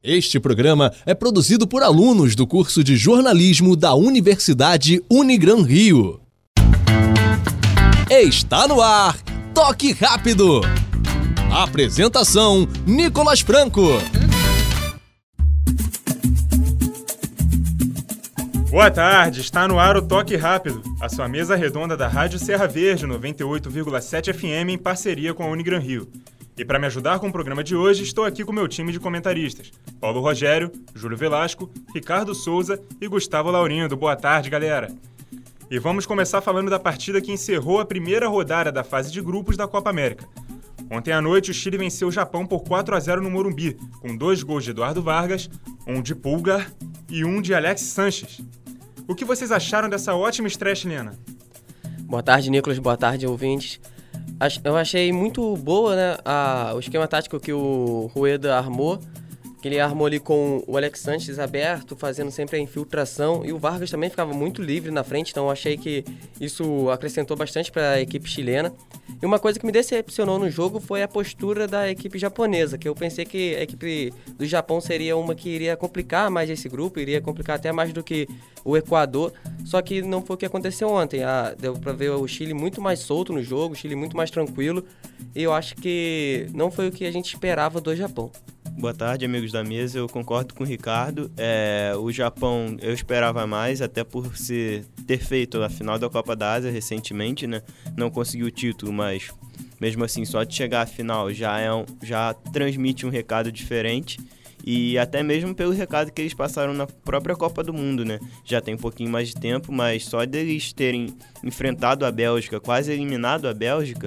Este programa é produzido por alunos do curso de jornalismo da Universidade Unigran Rio. Está no ar, Toque Rápido. Apresentação, Nicolas Franco. Boa tarde, está no ar o Toque Rápido, a sua mesa redonda da Rádio Serra Verde 98,7 FM em parceria com a Unigran Rio. E para me ajudar com o programa de hoje, estou aqui com o meu time de comentaristas, Paulo Rogério, Júlio Velasco, Ricardo Souza e Gustavo Laurindo. Boa tarde, galera! E vamos começar falando da partida que encerrou a primeira rodada da fase de grupos da Copa América. Ontem à noite, o Chile venceu o Japão por 4-0 no Morumbi, com 2 gols de Eduardo Vargas, um de Pulgar e um de Alex Sanches. O que vocês acharam dessa ótima estreia chilena? Boa tarde, Nicolas. Boa tarde, ouvintes. Eu achei muito boa, né, o esquema tático que o Rueda armou, que ele armou ali com o Alex Sanches aberto, fazendo sempre a infiltração, e o Vargas também ficava muito livre na frente, então eu achei que isso acrescentou bastante para a equipe chilena. E uma coisa que me decepcionou no jogo foi a postura da equipe japonesa, que eu pensei que a equipe do Japão seria uma que iria complicar mais esse grupo, iria complicar até mais do que o Equador, só que não foi o que aconteceu ontem. Deu para ver o Chile muito mais solto no jogo, o Chile muito mais tranquilo, e eu acho que não foi o que a gente esperava do Japão. Boa tarde, amigos da mesa. Eu concordo com o Ricardo. O Japão eu esperava mais, até por ter feito a final da Copa da Ásia recentemente, né? Não conseguiu o título, mas mesmo assim, só de chegar à final já transmite um recado diferente. E até mesmo pelo recado que eles passaram na própria Copa do Mundo, né? Já tem um pouquinho mais de tempo, mas só deles terem enfrentado a Bélgica, quase eliminado a Bélgica,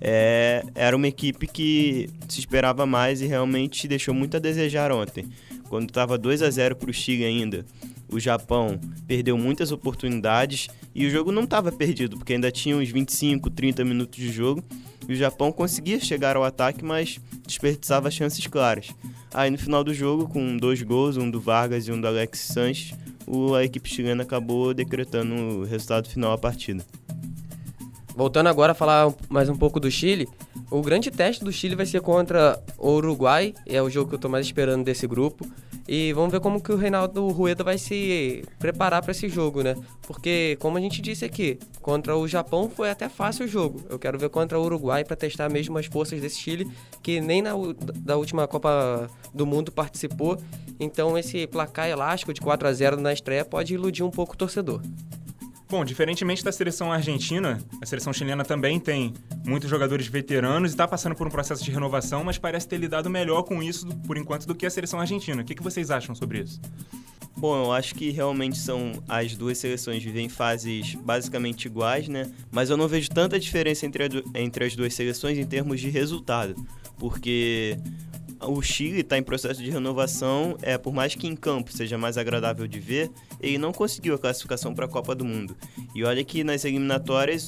era uma equipe que se esperava mais e realmente deixou muito a desejar ontem. Quando estava 2-0 para o Chile ainda, o Japão perdeu muitas oportunidades e o jogo não estava perdido, porque ainda tinha uns 25, 30 minutos de jogo e o Japão conseguia chegar ao ataque, mas desperdiçava chances claras. Aí no final do jogo, com 2 gols, um do Vargas e um do Alex Sanches, a equipe chilena acabou decretando o resultado final da partida. Voltando agora a falar mais um pouco do Chile, o grande teste do Chile vai ser contra o Uruguai, é o jogo que eu estou mais esperando desse grupo, e vamos ver como que o Reinaldo Rueda vai se preparar para esse jogo, né? Porque, como a gente disse aqui, contra o Japão foi até fácil o jogo. Eu quero ver contra o Uruguai para testar mesmo as forças desse Chile, que nem da última Copa do Mundo participou, então esse placar elástico de 4-0 na estreia pode iludir um pouco o torcedor. Bom, diferentemente da seleção argentina, a seleção chilena também tem muitos jogadores veteranos e está passando por um processo de renovação, mas parece ter lidado melhor com isso, por enquanto, do que a seleção argentina. O que vocês acham sobre isso? Bom, eu acho que realmente as duas seleções vivem fases basicamente iguais, né? Mas eu não vejo tanta diferença entre as duas seleções em termos de resultado, porque o Chile está em processo de renovação, por mais que em campo seja mais agradável de ver, ele não conseguiu a classificação para a Copa do Mundo. E olha que nas eliminatórias,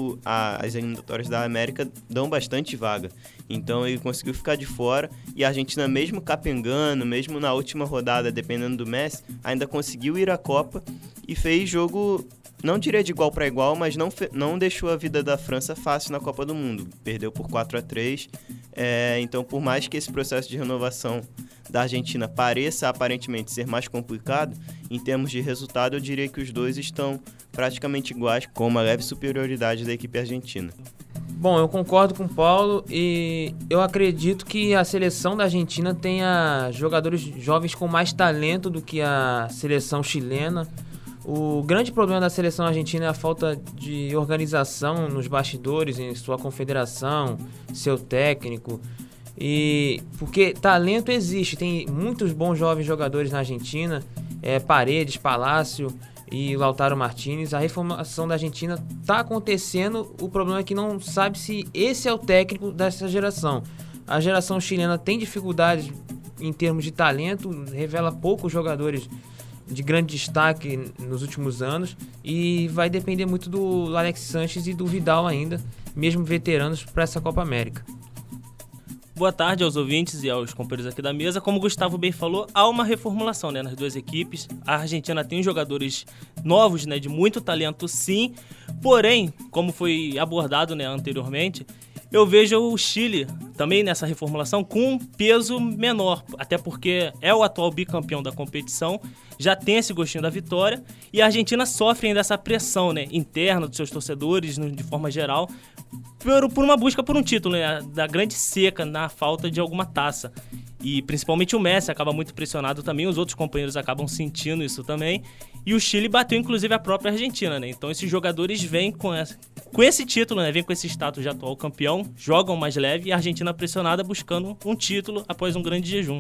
as eliminatórias da América dão bastante vaga. Então ele conseguiu ficar de fora e a Argentina, mesmo capengando, mesmo na última rodada, dependendo do Messi, ainda conseguiu ir à Copa e fez jogo, não diria de igual para igual, mas não deixou a vida da França fácil na Copa do Mundo. Perdeu por 4-3. Então, por mais que esse processo de renovação da Argentina pareça aparentemente ser mais complicado, em termos de resultado eu diria que os dois estão praticamente iguais, com uma leve superioridade da equipe argentina. Bom, eu concordo com o Paulo e eu acredito que a seleção da Argentina tenha jogadores jovens com mais talento do que a seleção chilena. O grande problema da seleção argentina é a falta de organização nos bastidores, em sua confederação, seu técnico. E porque talento existe, tem muitos bons jovens jogadores na Argentina, Paredes, Palácio e Lautaro Martínez. A reformação da Argentina está acontecendo, o problema é que não sabe se esse é o técnico dessa geração. A geração chilena tem dificuldades em termos de talento, revela poucos jogadores de grande destaque nos últimos anos e vai depender muito do Alex Sanches e do Vidal ainda, mesmo veteranos, para essa Copa América. Boa tarde aos ouvintes e aos companheiros aqui da mesa. Como o Gustavo bem falou, há uma reformulação, né, nas duas equipes. A Argentina tem jogadores novos, né, de muito talento sim, porém, como foi abordado, né, anteriormente, eu vejo o Chile também nessa reformulação com um peso menor, até porque é o atual bicampeão da competição, já tem esse gostinho da vitória, e a Argentina sofre ainda essa pressão, né, interna dos seus torcedores, de forma geral, por uma busca por um título, né, da grande seca na falta de alguma taça. E principalmente o Messi acaba muito pressionado também, os outros companheiros acabam sentindo isso também. E o Chile bateu inclusive a própria Argentina, né? Então esses jogadores vêm com esse título, né? Vêm com esse status de atual campeão, jogam mais leve e a Argentina pressionada buscando um título após um grande jejum.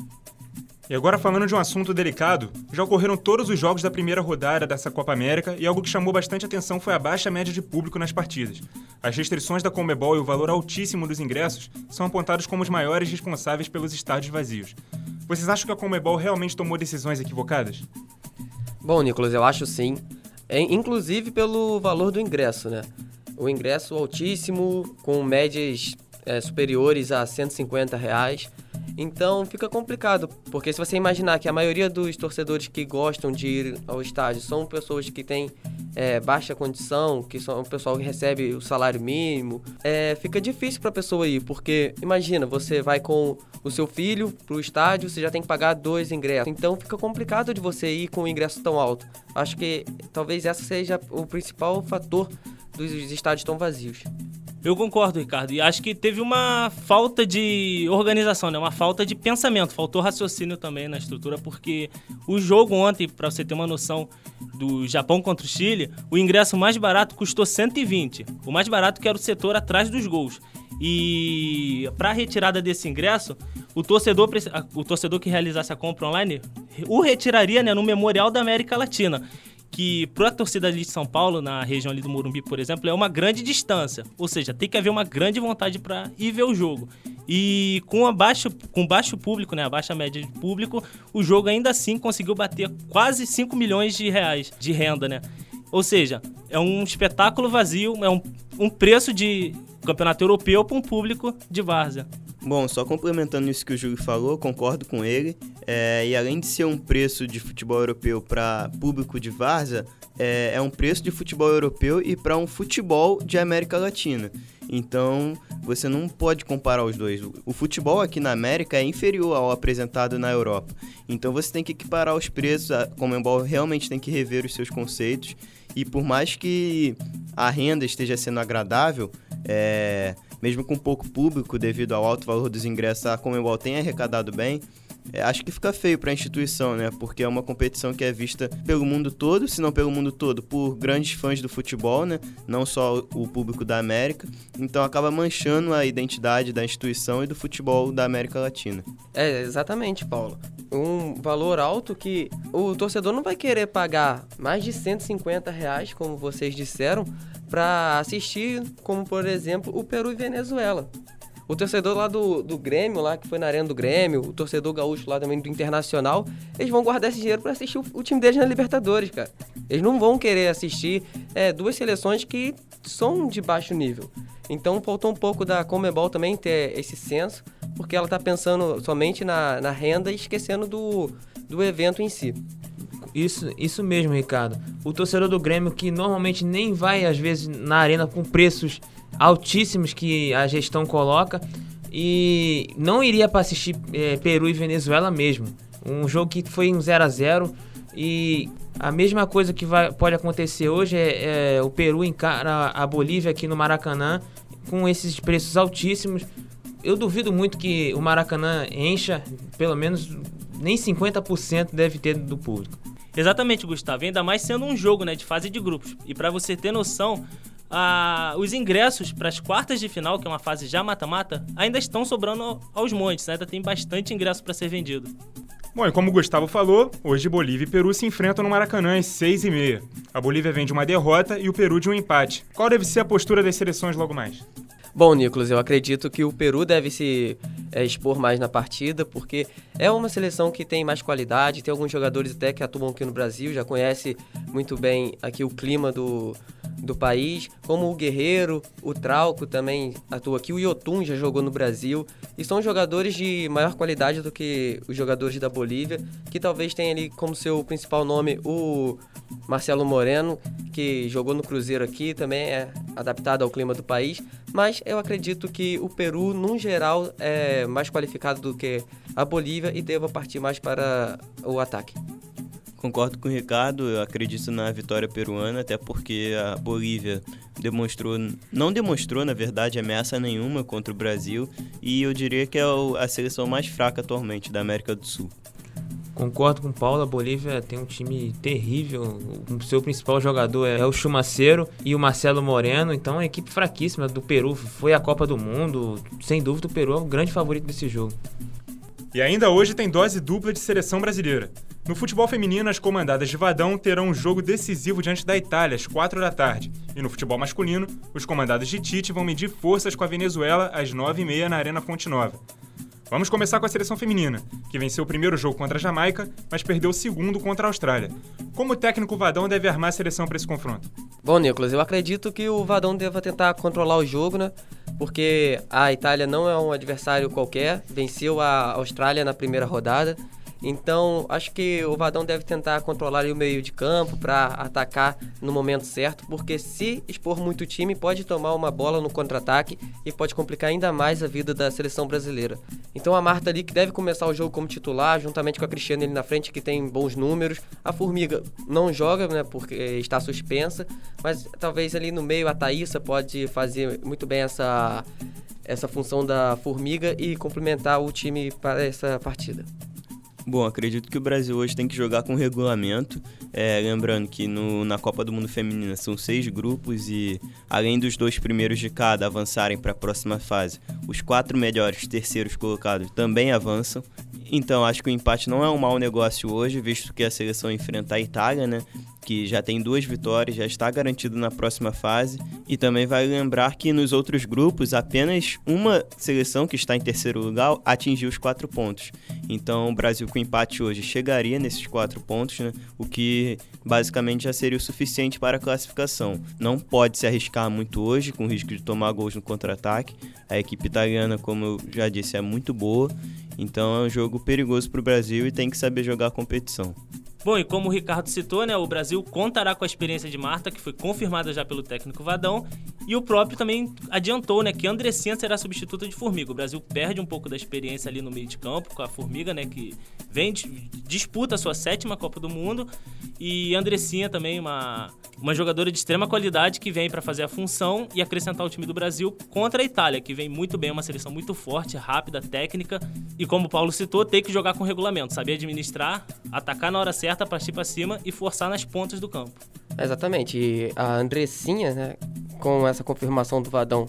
E agora falando de um assunto delicado, já ocorreram todos os jogos da primeira rodada dessa Copa América e algo que chamou bastante atenção foi a baixa média de público nas partidas. As restrições da Conmebol e o valor altíssimo dos ingressos são apontados como os maiores responsáveis pelos estádios vazios. Vocês acham que a Conmebol realmente tomou decisões equivocadas? Bom, Nicolas, eu acho sim. Inclusive pelo valor do ingresso, né? O ingresso altíssimo, com médias superiores a R$150. Então fica complicado, porque se você imaginar que a maioria dos torcedores que gostam de ir ao estádio são pessoas que têm baixa condição, que são o pessoal que recebe o salário mínimo, fica difícil para a pessoa ir, porque imagina, você vai com o seu filho para o estádio, você já tem que pagar 2 ingressos, então fica complicado de você ir com um ingresso tão alto. Acho que talvez esse seja o principal fator dos estádios tão vazios. Eu concordo, Ricardo, e acho que teve uma falta de organização, né? Uma falta de pensamento, faltou raciocínio também na estrutura, porque o jogo ontem, para você ter uma noção do Japão contra o Chile, o ingresso mais barato custou 120, o mais barato que era o setor atrás dos gols. E para a retirada desse ingresso, o torcedor que realizasse a compra online o retiraria, né, no Memorial da América Latina, que para a torcida ali de São Paulo, na região ali do Morumbi, por exemplo, é uma grande distância. Ou seja, tem que haver uma grande vontade para ir ver o jogo. E com baixo público, né, a baixa média de público, o jogo ainda assim conseguiu bater quase 5 milhões de reais de renda, né? Ou seja, é um espetáculo vazio, é um preço de campeonato europeu para um público de várzea. Bom, só complementando isso que o Júlio falou, concordo com ele. E além de ser um preço de futebol europeu para público de várzea, é um preço de futebol europeu e para um futebol de América Latina. Então, você não pode comparar os dois. O futebol aqui na América é inferior ao apresentado na Europa. Então, você tem que equiparar os preços. A Conmebol realmente tem que rever os seus conceitos. E por mais que a renda esteja sendo agradável, mesmo com pouco público, devido ao alto valor dos ingressos, a Conmebol tem arrecadado bem. Acho que fica feio para a instituição, né? Porque é uma competição que é vista pelo mundo todo, se não pelo mundo todo, por grandes fãs do futebol, né? Não só o público da América. Então acaba manchando a identidade da instituição e do futebol da América Latina. Exatamente, Paulo. Um valor alto que o torcedor não vai querer pagar mais de R$150, como vocês disseram, para assistir, como por exemplo, o Peru e Venezuela. O torcedor lá do Grêmio, lá que foi na Arena do Grêmio, o torcedor gaúcho lá também do Internacional, eles vão guardar esse dinheiro para assistir o time deles na Libertadores, cara. Eles não vão querer assistir duas seleções que são de baixo nível. Então faltou um pouco da Conmebol também ter esse senso, porque ela está pensando somente na renda e esquecendo do evento em si. Isso mesmo, Ricardo. O torcedor do Grêmio, que normalmente nem vai, às vezes, na arena com preços altíssimos que a gestão coloca, e não iria para assistir Peru e Venezuela mesmo. Um jogo que foi um 0-0, e a mesma coisa que pode acontecer hoje o Peru encara a Bolívia aqui no Maracanã com esses preços altíssimos. Eu duvido muito que o Maracanã encha, pelo menos nem 50% deve ter do público. Exatamente, Gustavo, ainda mais sendo um jogo, né, de fase de grupos. E para você ter noção, os ingressos para as quartas de final, que é uma fase já mata-mata, ainda estão sobrando aos montes, ainda tem bastante ingresso para ser vendido. Bom, e como o Gustavo falou, hoje Bolívia e Peru se enfrentam no Maracanã às 6h30. A Bolívia vem de uma derrota e o Peru de um empate. Qual deve ser a postura das seleções logo mais? Bom, Nicolas, eu acredito que o Peru deve se expor mais na partida, porque é uma seleção que tem mais qualidade, tem alguns jogadores até que atuam aqui no Brasil, já conhece muito bem aqui o clima do do país, como o Guerreiro, o Trauco também atua aqui, o Yotun já jogou no Brasil, e são jogadores de maior qualidade do que os jogadores da Bolívia, que talvez tenha ali como seu principal nome o Marcelo Moreno, que jogou no Cruzeiro aqui, também é adaptado ao clima do país, mas eu acredito que o Peru, no geral, é mais qualificado do que a Bolívia e deva partir mais para o ataque. Concordo com o Ricardo, eu acredito na vitória peruana, até porque a Bolívia não demonstrou, na verdade, ameaça nenhuma contra o Brasil, e eu diria que é a seleção mais fraca atualmente da América do Sul. Concordo com o Paulo, a Bolívia tem um time terrível, o seu principal jogador é o Chumaceiro e o Marcelo Moreno, então é uma equipe fraquíssima do Peru, foi à Copa do Mundo, sem dúvida o Peru é o grande favorito desse jogo. E ainda hoje tem dose dupla de seleção brasileira. No futebol feminino, as comandadas de Vadão terão um jogo decisivo diante da Itália às 4h. E no futebol masculino, os comandados de Tite vão medir forças com a Venezuela às 9h30 na Arena Fonte Nova. Vamos começar com a seleção feminina, que venceu o primeiro jogo contra a Jamaica, mas perdeu o segundo contra a Austrália. Como o técnico Vadão deve armar a seleção para esse confronto? Bom, Nicolas, eu acredito que o Vadão deva tentar controlar o jogo, né? Porque a Itália não é um adversário qualquer, venceu a Austrália na primeira rodada. Então, acho que o Vadão deve tentar controlar ali o meio de campo para atacar no momento certo, porque se expor muito o time, pode tomar uma bola no contra-ataque e pode complicar ainda mais a vida da seleção brasileira. Então, a Marta ali que deve começar o jogo como titular, juntamente com a Cristiane ali na frente, que tem bons números. A Formiga não joga, né, porque está suspensa, mas talvez ali no meio a Thaísa pode fazer muito bem essa função da Formiga e complementar o time para essa partida. Bom, acredito que o Brasil hoje tem que jogar com regulamento, lembrando que na Copa do Mundo Feminina são 6 grupos e, além dos 2 primeiros de cada avançarem para a próxima fase, os 4 melhores terceiros colocados também avançam. Então, acho que o empate não é um mau negócio hoje, visto que a seleção enfrenta a Itália, né? Que já tem 2 vitórias, já está garantido na próxima fase. E também vale lembrar que nos outros grupos, apenas uma seleção que está em terceiro lugar atingiu os 4 pontos. Então, o Brasil com empate hoje chegaria nesses 4 pontos, né? O que basicamente já seria o suficiente para a classificação. Não pode se arriscar muito hoje, com risco de tomar gols no contra-ataque. A equipe italiana, como eu já disse, é muito boa. Então é um jogo perigoso para o Brasil e tem que saber jogar a competição. Bom, e como o Ricardo citou, né, o Brasil contará com a experiência de Marta, que foi confirmada já pelo técnico Vadão, e o próprio também adiantou, né, que a Andressinha será substituta de Formiga. O Brasil perde um pouco da experiência ali no meio de campo com a Formiga, né, que disputa a sua 7ª Copa do Mundo, e a Andressinha também, uma jogadora de extrema qualidade que vem para fazer a função e acrescentar o time do Brasil contra a Itália, que vem muito bem, uma seleção muito forte, rápida, técnica, e como o Paulo citou, tem que jogar com regulamento, saber administrar, atacar na hora certa, partir para cima e forçar nas pontas do campo. Exatamente, e a Andressinha, né, com essa confirmação do Vadão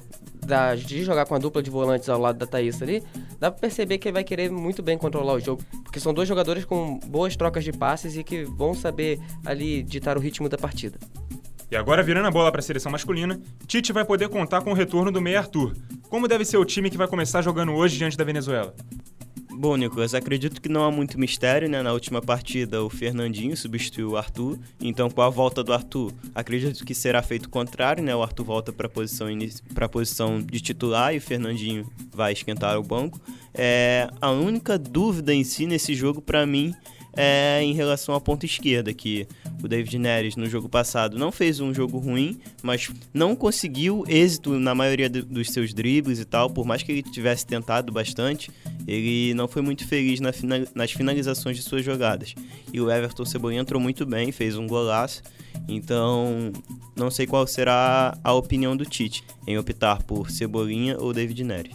de jogar com a dupla de volantes ao lado da Thaísa ali, dá pra perceber que ele vai querer muito bem controlar o jogo, porque são 2 jogadores com boas trocas de passes e que vão saber ali ditar o ritmo da partida. E agora, virando a bola para a seleção masculina, Tite vai poder contar com o retorno do meia Arthur. Como deve ser o time que vai começar jogando hoje diante da Venezuela? Bom, Nicolas, acredito que não há muito mistério, né? Na última partida, o Fernandinho substituiu o Arthur. Então, com a volta do Arthur, acredito que será feito o contrário, né? O Arthur volta para a posição de titular e o Fernandinho vai esquentar o banco. A única dúvida em si nesse jogo, para mim, é em relação à ponta esquerda, que o David Neres no jogo passado não fez um jogo ruim, mas não conseguiu êxito na maioria dos seus dribles e tal, por mais que ele tivesse tentado bastante, ele não foi muito feliz nas finalizações de suas jogadas. E o Everton Cebolinha entrou muito bem, fez um golaço, então não sei qual será a opinião do Tite em optar por Cebolinha ou David Neres.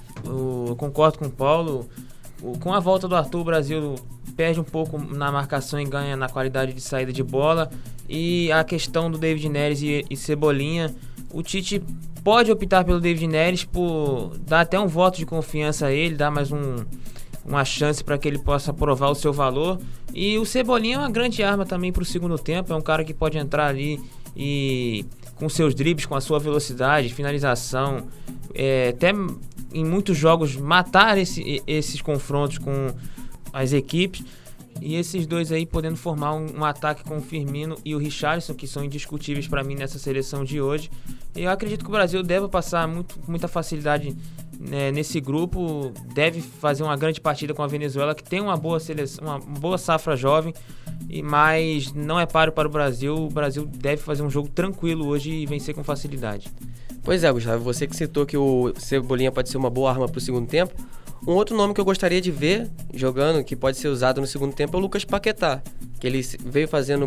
Eu concordo com o Paulo. Com a volta do Arthur, o Brasil perde um pouco na marcação e ganha na qualidade de saída de bola. E a questão do David Neres e Cebolinha, o Tite pode optar pelo David Neres por dar até um voto de confiança a ele, dar mais uma chance para que ele possa provar o seu valor. E o Cebolinha é uma grande arma também para o segundo tempo, é um cara que pode entrar ali e com seus dribles, com a sua velocidade, finalização, até em muitos jogos matar esses confrontos com as equipes. E esses dois aí podendo formar um ataque com o Firmino e o Richarlison, que são indiscutíveis para mim nessa seleção de hoje. E eu acredito que o Brasil deve passar muita facilidade nesse grupo, deve fazer uma grande partida com a Venezuela, que tem uma boa seleção, uma boa safra jovem, mas não é páreo para o Brasil. O Brasil deve fazer um jogo tranquilo hoje e vencer com facilidade. Pois é, Gustavo, você que citou que o Cebolinha pode ser uma boa arma para o segundo tempo. Um outro nome que eu gostaria de ver jogando, que pode ser usado no segundo tempo, é o Lucas Paquetá, que ele veio fazendo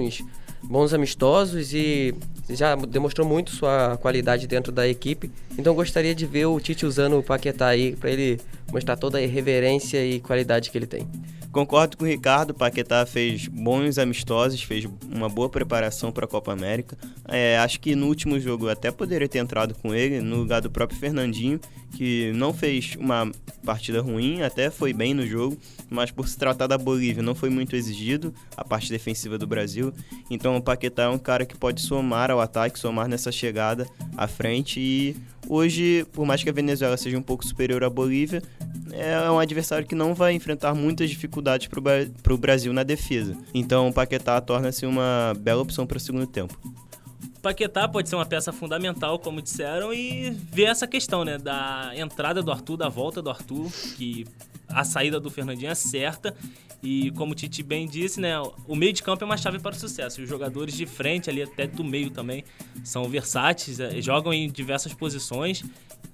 bons amistosos e já demonstrou muito sua qualidade dentro da equipe. Então eu gostaria de ver o Tite usando o Paquetá aí, para ele mostrar toda a irreverência e qualidade que ele tem. Concordo com o Ricardo, o Paquetá fez bons amistosos, fez uma boa preparação para a Copa América. Acho que no último jogo eu até poderia ter entrado com ele, no lugar do próprio Fernandinho, que não fez uma partida ruim, até foi bem no jogo, mas por se tratar da Bolívia não foi muito exigido a parte defensiva do Brasil. Então o Paquetá é um cara que pode somar ao ataque, somar nessa chegada à frente. E hoje, por mais que a Venezuela seja um pouco superior à Bolívia, é um adversário que não vai enfrentar muitas dificuldades para o Brasil na defesa. Então o Paquetá torna-se uma bela opção para o segundo tempo. O Paquetá pode ser uma peça fundamental, como disseram, e ver essa questão, né, da entrada do Arthur, da volta do Arthur, que a saída do Fernandinho é certa. E como o Tite bem disse, né, o meio de campo é uma chave para o sucesso. Os jogadores de frente, ali até do meio também, são versáteis, jogam em diversas posições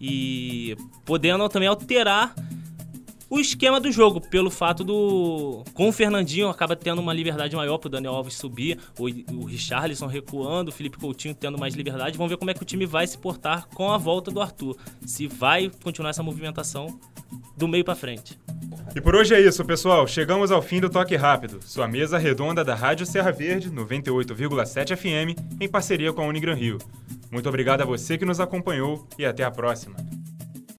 e podendo também alterar o esquema do jogo, pelo fato com o Fernandinho acaba tendo uma liberdade maior pro Daniel Alves subir, o Richarlison recuando, o Felipe Coutinho tendo mais liberdade. Vamos ver como é que o time vai se portar com a volta do Arthur, se vai continuar essa movimentação do meio para frente. E por hoje é isso, pessoal. Chegamos ao fim do Toque Rápido, sua mesa redonda da Rádio Serra Verde, 98,7 FM, em parceria com a Unigran Rio. Muito obrigado a você que nos acompanhou e até a próxima.